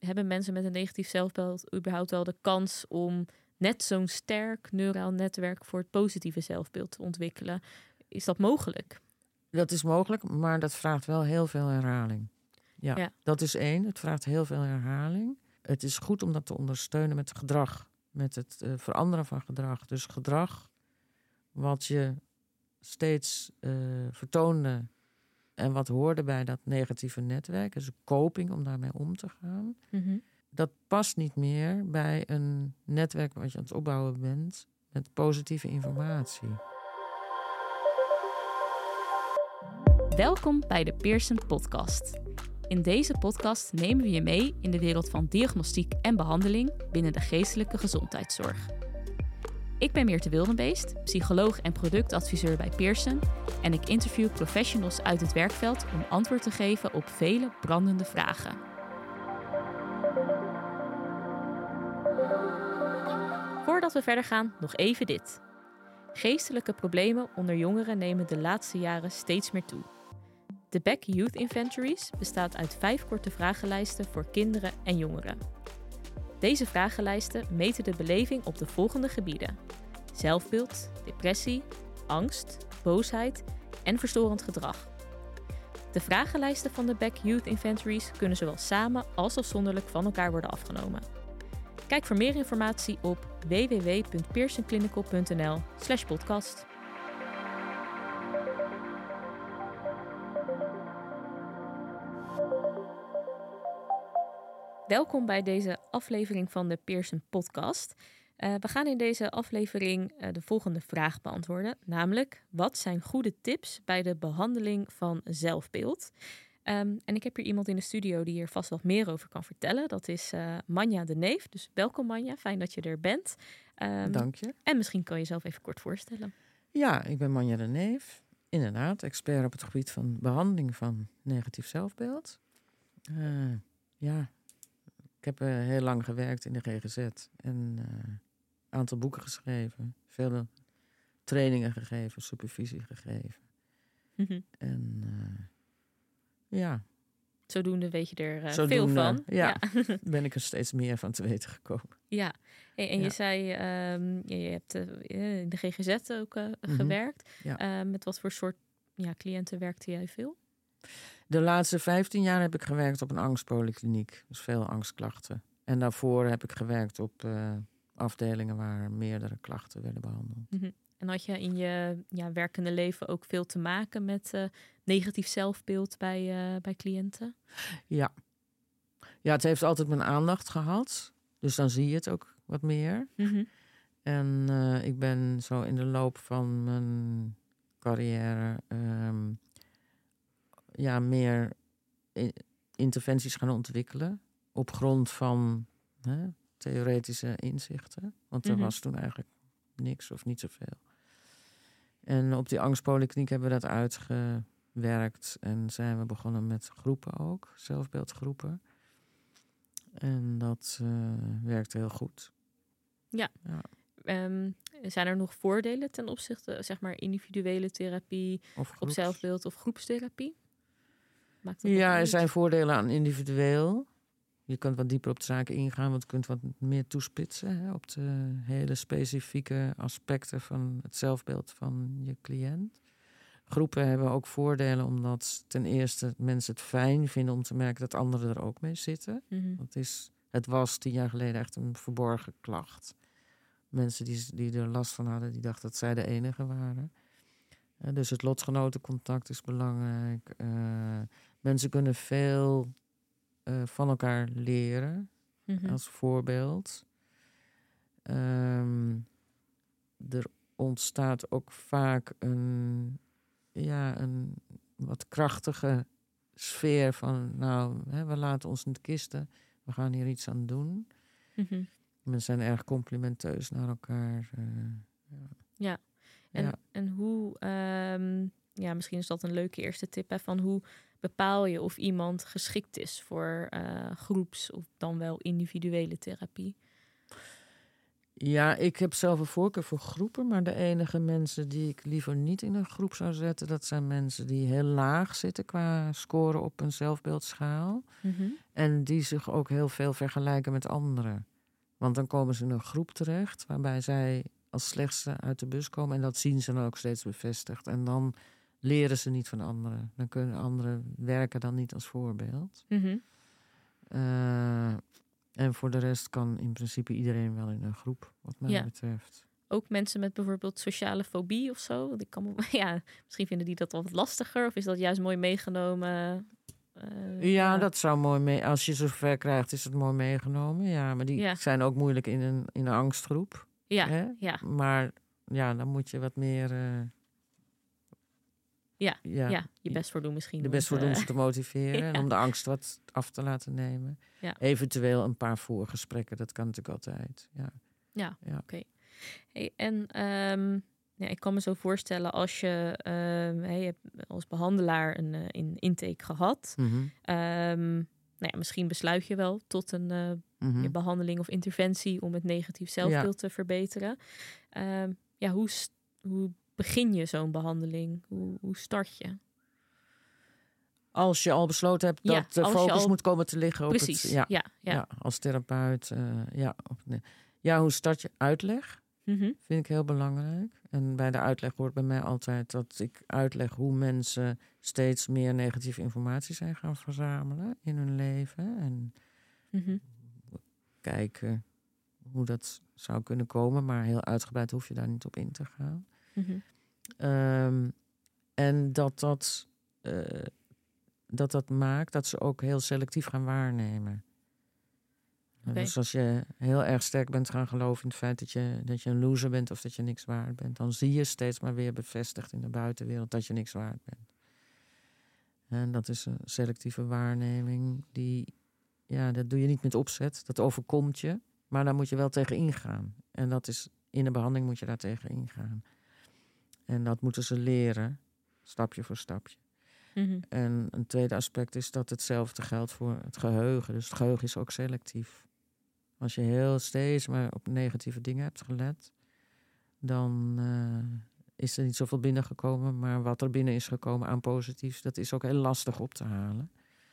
hebben mensen met een negatief zelfbeeld überhaupt wel de kans om net zo'n sterk neuraal netwerk voor het positieve zelfbeeld te ontwikkelen? Is dat mogelijk? Dat is mogelijk, maar dat vraagt wel heel veel herhaling. Ja. Dat is 1. Het vraagt heel veel herhaling. Het is goed om dat te ondersteunen met gedrag. Met het veranderen van gedrag. Dus gedrag wat je steeds vertoonde en wat hoorde bij dat negatieve netwerk. Dus coping, om daarmee om te gaan. Mm-hmm. Dat past niet meer bij een netwerk wat je aan het opbouwen bent met positieve informatie. Welkom bij de Pearson Podcast. In deze podcast nemen we je mee in de wereld van diagnostiek en behandeling binnen de geestelijke gezondheidszorg. Ik ben Meerte Wildenbeest, psycholoog en productadviseur bij Pearson en ik interview professionals uit het werkveld om antwoord te geven op vele brandende vragen. Voordat we verder gaan, nog even dit. Geestelijke problemen onder jongeren nemen de laatste jaren steeds meer toe. De Beck Youth Inventories bestaat uit 5 korte vragenlijsten voor kinderen en jongeren. Deze vragenlijsten meten de beleving op de volgende gebieden: zelfbeeld, depressie, angst, boosheid en verstorend gedrag. De vragenlijsten van de Beck Youth Inventories kunnen zowel samen als afzonderlijk van elkaar worden afgenomen. Kijk voor meer informatie op www.pearsonclinical.nl/podcast. Welkom bij deze aflevering van de Pearson Podcast. We gaan in deze aflevering de volgende vraag beantwoorden. Namelijk, wat zijn goede tips bij de behandeling van zelfbeeld? En ik heb hier iemand in de studio die hier vast wat meer over kan vertellen. Dat is Manja de Neef. Dus welkom Manja, fijn dat je er bent. Dank je. En misschien kan je jezelf even kort voorstellen. Ja, ik ben Manja de Neef. Inderdaad, expert op het gebied van behandeling van negatief zelfbeeld. Ik heb heel lang gewerkt in de GGZ en een aantal boeken geschreven. Veel trainingen gegeven, supervisie gegeven. Mm-hmm. En Zodoende weet je er veel van. Ja, ben ik er steeds meer van te weten gekomen. Ja, en je zei, je hebt in de GGZ ook gewerkt. Ja. Met wat voor soort cliënten werkte jij veel? De laatste 15 jaar heb ik gewerkt op een angstpolykliniek. Dus veel angstklachten. En daarvoor heb ik gewerkt op afdelingen waar meerdere klachten werden behandeld. Mm-hmm. En had je in je werkende leven ook veel te maken met negatief zelfbeeld bij cliënten? Ja, het heeft altijd mijn aandacht gehad. Dus dan zie je het ook wat meer. Mm-hmm. En ik ben zo in de loop van mijn carrière meer interventies gaan ontwikkelen. Op grond van theoretische inzichten. Want er was toen eigenlijk niks of niet zoveel. En op die angstpolykliniek hebben we dat uitgewerkt. En zijn we begonnen met groepen ook. Zelfbeeldgroepen. En dat werkte heel goed. Ja. Zijn er nog voordelen ten opzichte, zeg maar, individuele therapie op zelfbeeld of groepstherapie? Er zijn voordelen aan individueel. Je kunt wat dieper op de zaken ingaan, want je kunt wat meer toespitsen op de hele specifieke aspecten van het zelfbeeld van je cliënt. Groepen hebben ook voordelen omdat ten eerste mensen het fijn vinden om te merken dat anderen er ook mee zitten. Mm-hmm. Het was 10 jaar geleden echt een verborgen klacht. Mensen die er last van hadden, die dachten dat zij de enige waren. Dus het lotgenotencontact is belangrijk. Mensen kunnen veel van elkaar leren, als voorbeeld. Er ontstaat ook vaak een wat krachtige sfeer van, we laten ons niet kisten, we gaan hier iets aan doen. Mm-hmm. Mensen zijn erg complimenteus naar elkaar. En hoe, misschien is dat een leuke eerste tip, hè, van hoe bepaal je of iemand geschikt is voor groeps of dan wel individuele therapie? Ja, ik heb zelf een voorkeur voor groepen, maar de enige mensen die ik liever niet in een groep zou zetten, dat zijn mensen die heel laag zitten qua scoren op een zelfbeeldschaal. En die zich ook heel veel vergelijken met anderen. Want dan komen ze in een groep terecht waarbij zij als slechtste uit de bus komen. En dat zien ze dan ook steeds bevestigd. En dan leren ze niet van anderen. Dan kunnen anderen werken dan niet als voorbeeld. En voor de rest kan in principe iedereen wel in een groep, wat mij betreft. Ook mensen met bijvoorbeeld sociale fobie of zo. Want ik kan misschien vinden die dat wel wat lastiger. Of is dat juist mooi meegenomen? Dat zou mooi mee. Als je zover krijgt, is het mooi meegenomen. Ja, maar die zijn ook moeilijk in een angstgroep. Ja, hè? ja. Maar ja, dan moet je wat meer. Je best voor doen misschien. De best voor doen ze te motiveren. En om de angst wat af te laten nemen. Ja. Eventueel een paar voorgesprekken, dat kan natuurlijk altijd. Ja. Oké. Hey, en ik kan me zo voorstellen als je hebt als behandelaar een intake gehad. Misschien besluit je wel tot een behandeling of interventie om het negatief zelfbeeld te verbeteren. Hoe begin je zo'n behandeling? Hoe start je? Als je al besloten hebt dat de focus moet komen te liggen op precies. het... als therapeut. Hoe start je? Uitleg vind ik heel belangrijk. En bij de uitleg hoort bij mij altijd dat ik uitleg hoe mensen steeds meer negatieve informatie zijn gaan verzamelen in hun leven. En kijken hoe dat zou kunnen komen. Maar heel uitgebreid hoef je daar niet op in te gaan. En dat maakt dat ze ook heel selectief gaan waarnemen. Okay. Dus als je heel erg sterk bent gaan geloven in het feit dat je een loser bent of dat je niks waard bent, dan zie je steeds maar weer bevestigd in de buitenwereld dat je niks waard bent. En dat is een selectieve waarneming dat doe je niet met opzet, dat overkomt je, maar daar moet je wel tegen ingaan. En dat is, in de behandeling moet je daar tegen ingaan. En dat moeten ze leren, stapje voor stapje. En een tweede aspect is dat hetzelfde geldt voor het geheugen. Dus het geheugen is ook selectief. Als je heel steeds maar op negatieve dingen hebt gelet, dan is er niet zoveel binnengekomen. Maar wat er binnen is gekomen aan positiefs, dat is ook heel lastig op te halen.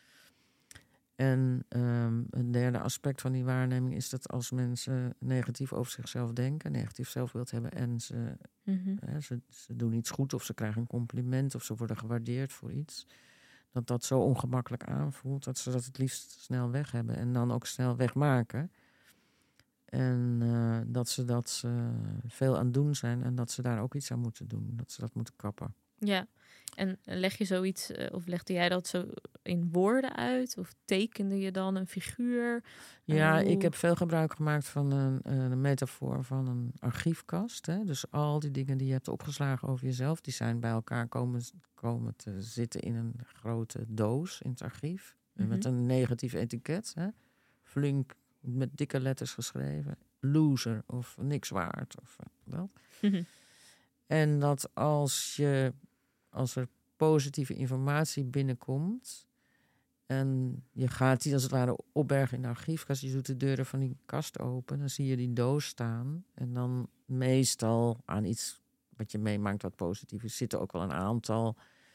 En een derde aspect van die waarneming is dat als mensen negatief over zichzelf denken, negatief zelfbeeld hebben en ze doen iets goed of ze krijgen een compliment of ze worden gewaardeerd voor iets, dat zo ongemakkelijk aanvoelt dat ze dat het liefst snel weg hebben en dan ook snel wegmaken. En dat ze veel aan het doen zijn en dat ze daar ook iets aan moeten doen, dat ze dat moeten kappen. Ja. En leg je zoiets, of legde jij dat zo in woorden uit? Of tekende je dan een figuur? Ja, ik heb veel gebruik gemaakt van een metafoor van een archiefkast. Hè? Dus al die dingen die je hebt opgeslagen over jezelf, die zijn bij elkaar komen te zitten in een grote doos in het archief. Met een negatief etiket. Hè? Flink met dikke letters geschreven. Loser of niks waard. Of dat. En dat als er positieve informatie binnenkomt en je gaat die als het ware opbergen in de archiefkast, je doet de deuren van die kast open, dan zie je die doos staan en dan meestal aan iets wat je meemaakt wat positief is, zitten ook wel een aantal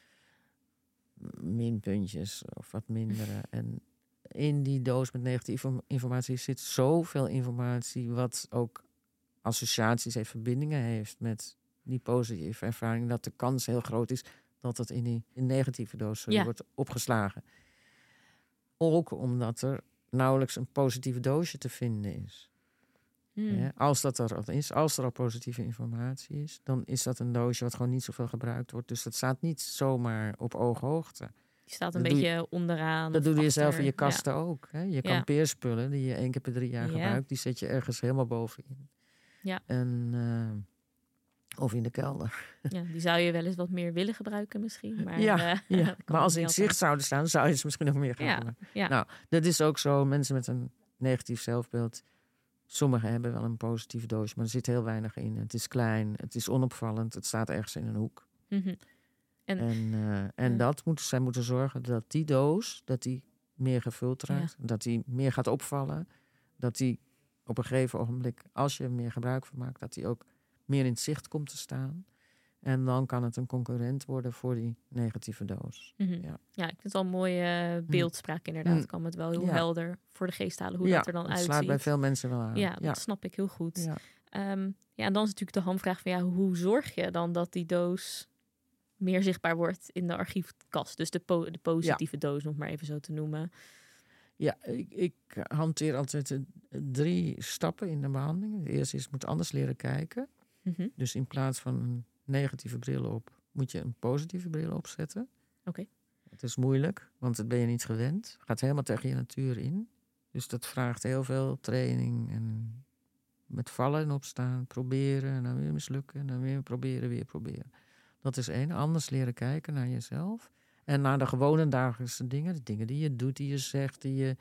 minpuntjes of wat mindere. En in die doos met negatieve informatie zit zoveel informatie wat ook associaties heeft, verbindingen heeft met die positieve ervaring, dat de kans heel groot is dat het in die negatieve doos wordt opgeslagen. Ook omdat er nauwelijks een positieve doosje te vinden is. Ja, als dat er al is, als er al positieve informatie is, dan is dat een doosje wat gewoon niet zoveel gebruikt wordt. Dus dat staat niet zomaar op ooghoogte. Die staat een beetje onderaan. Dat doe je zelf in je kasten ook. Hè? Je kampeerspullen die je 1 keer per 3 jaar gebruikt, die zet je ergens helemaal bovenin. Ja. En of in de kelder. Ja, die zou je wel eens wat meer willen gebruiken misschien. Maar, maar als ze in zicht zouden staan, zou je ze misschien nog meer gaan gebruiken. Ja. Nou, dat is ook zo. Mensen met een negatief zelfbeeld, sommigen hebben wel een positief doosje, maar er zit heel weinig in. Het is klein, het is onopvallend, het staat ergens in een hoek. En zij moeten zorgen dat die doos, dat die meer gevuld raakt, dat die meer gaat opvallen, dat die op een gegeven ogenblik, als je er meer gebruik van maakt, dat die ook meer in het zicht komt te staan. En dan kan het een concurrent worden voor die negatieve doos. Ja, ik vind het wel een mooie beeldspraak inderdaad. Ik kan me het wel heel helder voor de geest halen hoe dat er dan het uitziet. slaat bij veel mensen wel aan. Ja, dat snap ik heel goed. Ja. En dan is natuurlijk de hamvraag van hoe zorg je dan dat die doos meer zichtbaar wordt in de archiefkast? Dus de positieve doos, om het maar even zo te noemen. Ja, ik hanteer altijd 3 stappen in de behandeling. De eerste is, je moet anders leren kijken. Dus in plaats van een negatieve bril op, moet je een positieve bril opzetten. Oké. Het is moeilijk, want dat ben je niet gewend. Gaat helemaal tegen je natuur in. Dus dat vraagt heel veel training en met vallen en opstaan, proberen en dan weer mislukken en dan weer proberen. Dat is 1. Anders leren kijken naar jezelf en naar de gewone dagelijkse dingen. De dingen die je doet, die je zegt, die je,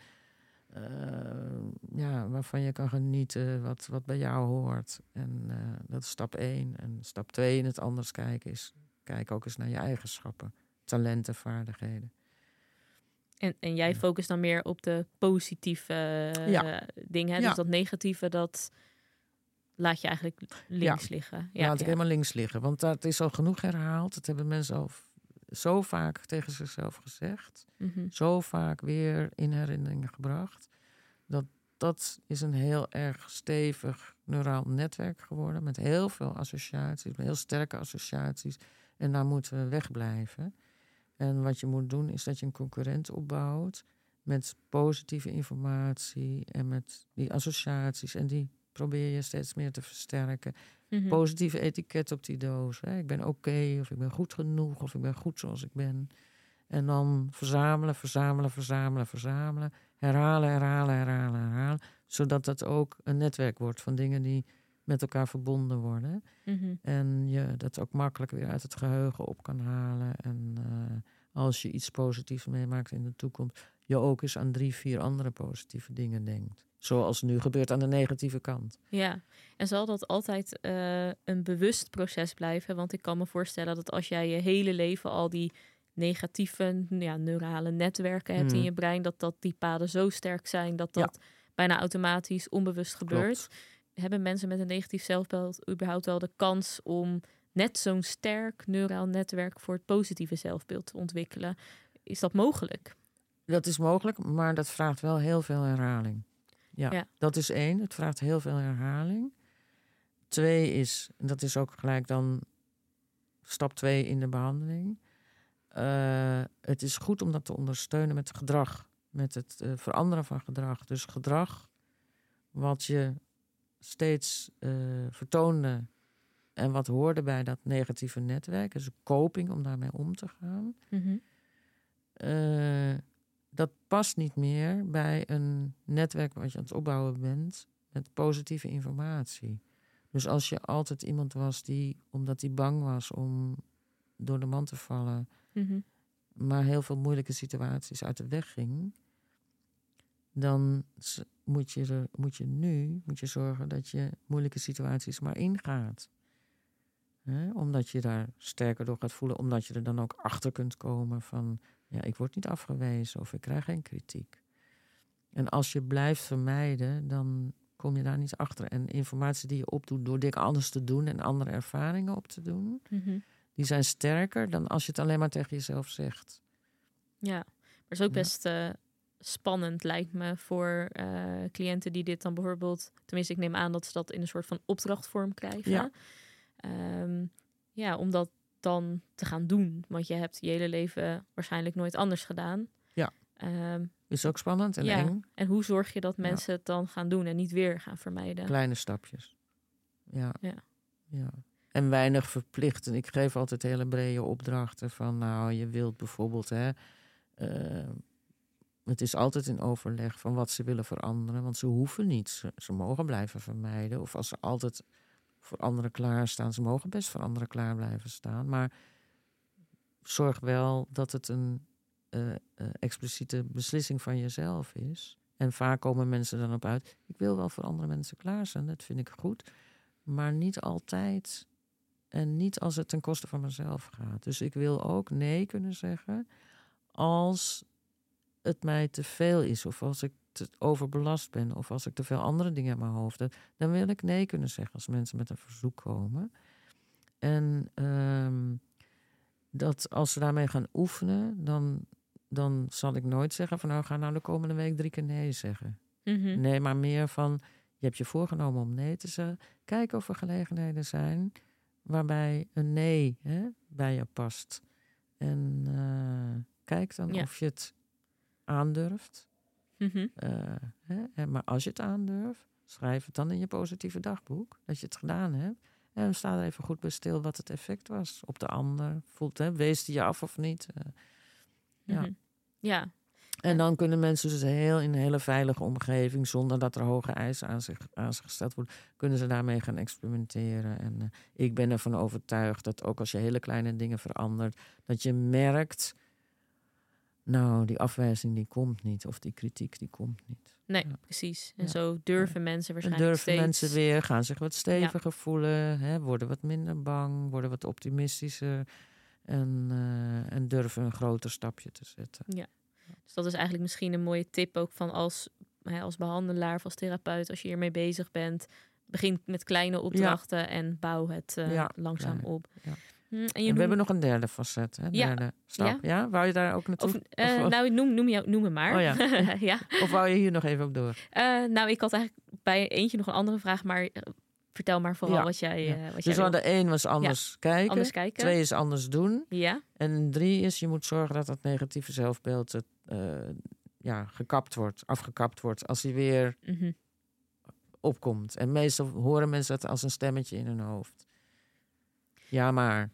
waarvan je kan genieten, wat bij jou hoort. En dat is stap 1. En stap 2 in het anders kijken is, kijk ook eens naar je eigenschappen, talenten, vaardigheden. En jij focust dan meer op de positieve dingen. Dus dat negatieve, dat laat je eigenlijk links liggen. Laat ik helemaal links liggen. Want dat is al genoeg herhaald. Dat hebben mensen al zo vaak tegen zichzelf gezegd. Zo vaak weer in herinnering gebracht. Dat is een heel erg stevig neuraal netwerk geworden. Met heel veel associaties. Met heel sterke associaties. En daar moeten we wegblijven. En wat je moet doen is dat je een concurrent opbouwt met positieve informatie en met die associaties. En die probeer je steeds meer te versterken. Positieve etiket op die doos. Hè. Ik ben oké, of ik ben goed genoeg, of ik ben goed zoals ik ben. En dan verzamelen. Herhalen. Zodat dat ook een netwerk wordt van dingen die met elkaar verbonden worden. En je dat ook makkelijk weer uit het geheugen op kan halen. En als je iets positiefs meemaakt in de toekomst, je ook eens aan 3, 4 andere positieve dingen denkt. Zoals nu gebeurt aan de negatieve kant. Ja, en zal dat altijd een bewust proces blijven? Want ik kan me voorstellen dat als jij je hele leven al die negatieve neurale netwerken hebt in je brein, dat die paden zo sterk zijn dat bijna automatisch onbewust gebeurt. Klopt. Hebben mensen met een negatief zelfbeeld überhaupt wel de kans om net zo'n sterk neuraal netwerk voor het positieve zelfbeeld te ontwikkelen? Is dat mogelijk? Dat is mogelijk, maar dat vraagt wel heel veel herhaling. Ja, dat is 1. Het vraagt heel veel herhaling. 2 is, en dat is ook gelijk dan stap 2 in de behandeling. Het is goed om dat te ondersteunen met gedrag. Met het veranderen van gedrag. Dus gedrag wat je steeds vertoonde en wat hoorde bij dat negatieve netwerk. Dus een coping om daarmee om te gaan. Dat past niet meer bij een netwerk wat je aan het opbouwen bent met positieve informatie. Dus als je altijd iemand was die, omdat hij bang was om door de mand te vallen, maar heel veel moeilijke situaties uit de weg ging, dan moet je zorgen dat je moeilijke situaties maar ingaat. Omdat je daar sterker door gaat voelen, omdat je er dan ook achter kunt komen van, ik word niet afgewezen of ik krijg geen kritiek. En als je blijft vermijden, dan kom je daar niet achter. En informatie die je opdoet door dingen anders te doen en andere ervaringen op te doen, die zijn sterker dan als je het alleen maar tegen jezelf zegt. Ja, maar het is ook best spannend, lijkt me, voor cliënten die dit dan bijvoorbeeld, tenminste ik neem aan dat ze dat in een soort van opdrachtvorm krijgen. Om dat dan te gaan doen. Want je hebt je hele leven waarschijnlijk nooit anders gedaan. Ja, is ook spannend en eng. En hoe zorg je dat mensen het dan gaan doen en niet weer gaan vermijden? Kleine stapjes. Ja. En weinig verplichten. Ik geef altijd hele brede opdrachten van, je wilt bijvoorbeeld, het is altijd in overleg van wat ze willen veranderen. Want ze hoeven niet. Ze mogen blijven vermijden. Of als ze altijd voor anderen klaarstaan, ze mogen best voor anderen klaar blijven staan. Maar zorg wel dat het een expliciete beslissing van jezelf is. En vaak komen mensen dan op uit, ik wil wel voor andere mensen klaarstaan, dat vind ik goed. Maar niet altijd en niet als het ten koste van mezelf gaat. Dus ik wil ook nee kunnen zeggen als het mij te veel is. Of als ik te overbelast ben of als ik te veel andere dingen in mijn hoofd heb, dan wil ik nee kunnen zeggen als mensen met een verzoek komen. En dat als ze daarmee gaan oefenen, dan zal ik nooit zeggen van ga nou de komende week 3 keer nee zeggen. Mhm. Nee, maar meer van, je hebt je voorgenomen om nee te zeggen. Kijk of er gelegenheden zijn waarbij een nee bij je past. En kijk dan of je het aandurft. Mhm. Maar als je het aandurft, schrijf het dan in je positieve dagboek. Dat je het gedaan hebt. En sta er even goed bij stil wat het effect was op de ander. Wees die je af of niet? Mhm. Ja. En dan kunnen mensen dus in een hele veilige omgeving, zonder dat er hoge eisen aan zich gesteld worden, kunnen ze daarmee gaan experimenteren. En ik ben ervan overtuigd dat ook als je hele kleine dingen verandert, dat je merkt, nou, die afwijzing die komt niet, of die kritiek die komt niet. Nee, precies. En zo durven mensen waarschijnlijk durven steeds... mensen weer, gaan zich wat steviger voelen, worden wat minder bang, worden wat optimistischer en durven een groter stapje te zetten. Ja. Dus dat is eigenlijk misschien een mooie tip ook van als behandelaar of als therapeut, als je hiermee bezig bent, begin met kleine opdrachten en bouw het langzaam op. Ja. En we hebben nog een derde facet, derde stap. Ja? Wou je daar ook naartoe? Nou, noem me maar. Oh ja. Ja. Of wou je hier nog even op door? Nou, ik had eigenlijk bij eentje nog een andere vraag, maar vertel maar vooral wat jij Dus we hadden 1 was anders kijken. 2 is anders doen. Ja. En 3 is je moet zorgen dat dat negatieve zelfbeeld afgekapt wordt als hij weer opkomt. En meestal horen mensen dat als een stemmetje in hun hoofd. Ja, maar.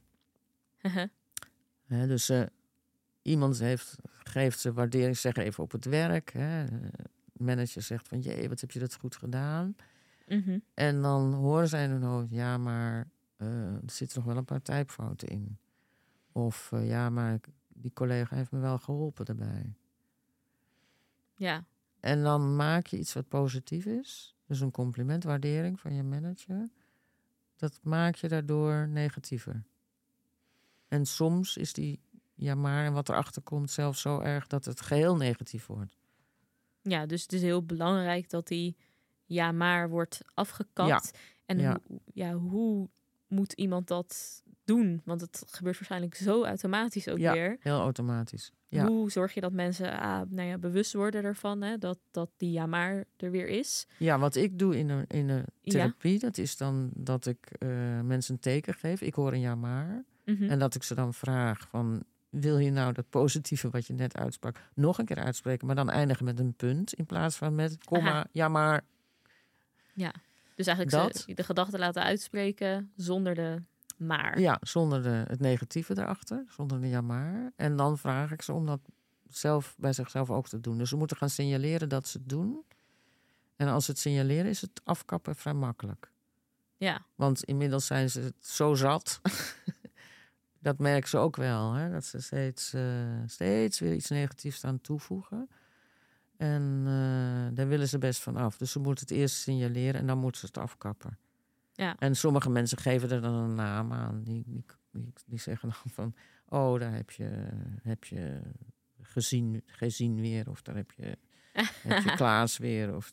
Dus iemand geeft ze waardering, zeg even op het werk. Manager zegt van, jee, wat heb je dat goed gedaan. En dan horen zij in hun hoofd, ja, maar er zitten nog wel een paar typfouten in. Of ja, maar die collega heeft me wel geholpen daarbij. Ja. En dan maak je iets wat positief is. Dus een compliment, waardering van je manager. Dat maak je daardoor negatiever. En soms is die ja maar en wat erachter komt zelfs zo erg dat het geheel negatief wordt. Ja, dus het is heel belangrijk dat die ja maar wordt afgekapt. Ja. En hoe moet iemand dat doen? Want het gebeurt waarschijnlijk zo automatisch ook weer. Heel automatisch. Ja. Hoe zorg je dat mensen bewust worden ervan, dat die ja maar er weer is? Ja, wat ik doe in een therapie, dat is dan dat ik mensen een teken geef. Ik hoor een ja maar. En dat ik ze dan vraag van, wil je nou dat positieve wat je net uitsprak nog een keer uitspreken, maar dan eindigen met een punt in plaats van met komma, ja maar. Ja, dus eigenlijk de gedachte laten uitspreken zonder de maar. Ja, zonder het negatieve erachter, zonder de ja maar. En dan vraag ik ze om dat zelf bij zichzelf ook te doen. Dus ze moeten gaan signaleren dat ze het doen. En als ze het signaleren is het afkappen vrij makkelijk. Ja. Want inmiddels zijn ze het zo zat. Dat merken ze ook wel, hè? Dat ze steeds weer iets negatiefs aan toevoegen. En daar willen ze best van af. Dus ze moeten het eerst signaleren en dan moeten ze het afkappen. Ja. En sommige mensen geven er dan een naam aan. Die zeggen dan van, oh, daar heb je gezien weer. Of daar heb je Klaas weer. Of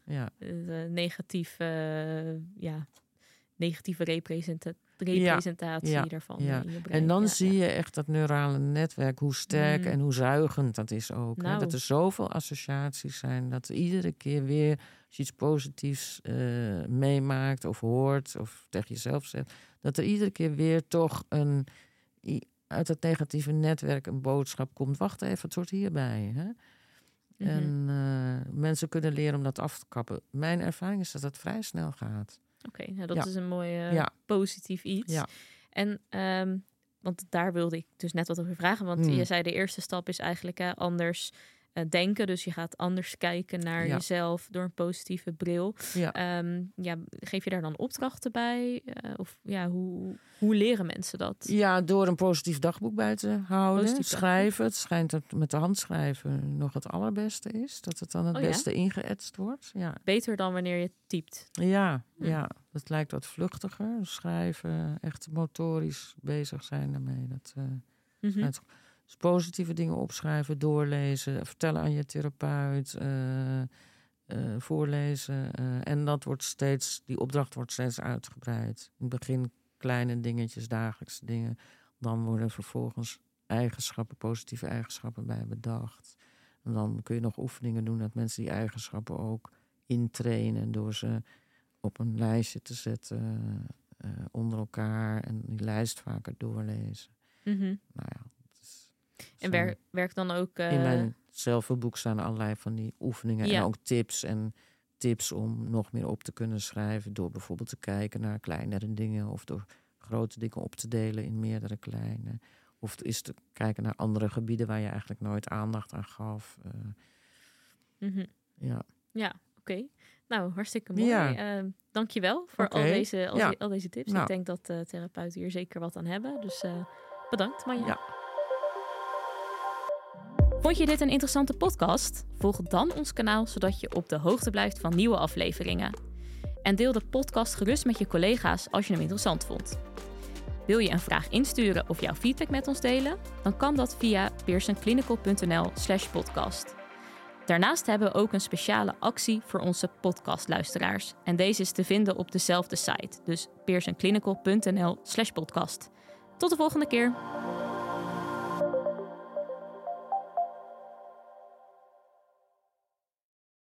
negatieve representatie daarvan. Ja. In je brein. En dan zie je echt dat neurale netwerk, hoe sterk en hoe zuigend dat is ook. Nou. Hè? Dat er zoveel associaties zijn, dat er iedere keer weer, als je iets positiefs meemaakt of hoort of tegen jezelf zegt, dat er iedere keer weer toch uit het negatieve netwerk een boodschap komt. Wacht even, het hoort hierbij. Hè? En mensen kunnen leren om dat af te kappen. Mijn ervaring is dat het vrij snel gaat. Oké, nou dat is een mooi positief iets. Ja. En want daar wilde ik dus net wat over vragen. Want je zei de eerste stap is eigenlijk anders denken. Dus je gaat anders kijken naar jezelf door een positieve bril. Ja. Geef je daar dan opdrachten bij? Hoe leren mensen dat? Ja, door een positief dagboek bij te houden. Schrijven. Het schijnt dat met de hand schrijven nog het allerbeste is. Dat het dan het beste ingeëtst wordt. Ja. Beter dan wanneer je typt. Ja. Dat lijkt wat vluchtiger. Schrijven, echt motorisch bezig zijn daarmee. Dus positieve dingen opschrijven, doorlezen, vertellen aan je therapeut, voorlezen. En die opdracht wordt steeds uitgebreid. In het begin kleine dingetjes, dagelijkse dingen. Dan worden vervolgens positieve eigenschappen bij bedacht. En dan kun je nog oefeningen doen dat mensen die eigenschappen ook intrainen door ze op een lijstje te zetten onder elkaar en die lijst vaker doorlezen. Mm-hmm. Nou ja, en werkt dan ook... In mijn zelfhulpboek staan allerlei van die oefeningen en ook tips om nog meer op te kunnen schrijven door bijvoorbeeld te kijken naar kleinere dingen of door grote dingen op te delen in meerdere kleine. Of is te kijken naar andere gebieden waar je eigenlijk nooit aandacht aan gaf. Ja, oké. Nou, hartstikke mooi. Ja. Dank je wel voor al deze tips. Nou. Ik denk dat therapeuten hier zeker wat aan hebben. Dus bedankt, Manja. Ja. Vond je dit een interessante podcast? Volg dan ons kanaal, zodat je op de hoogte blijft van nieuwe afleveringen. En deel de podcast gerust met je collega's als je hem interessant vond. Wil je een vraag insturen of jouw feedback met ons delen? Dan kan dat via pearsonclinical.nl/podcast. Daarnaast hebben we ook een speciale actie voor onze podcastluisteraars. En deze is te vinden op dezelfde site, dus pearsonclinical.nl/podcast. Tot de volgende keer!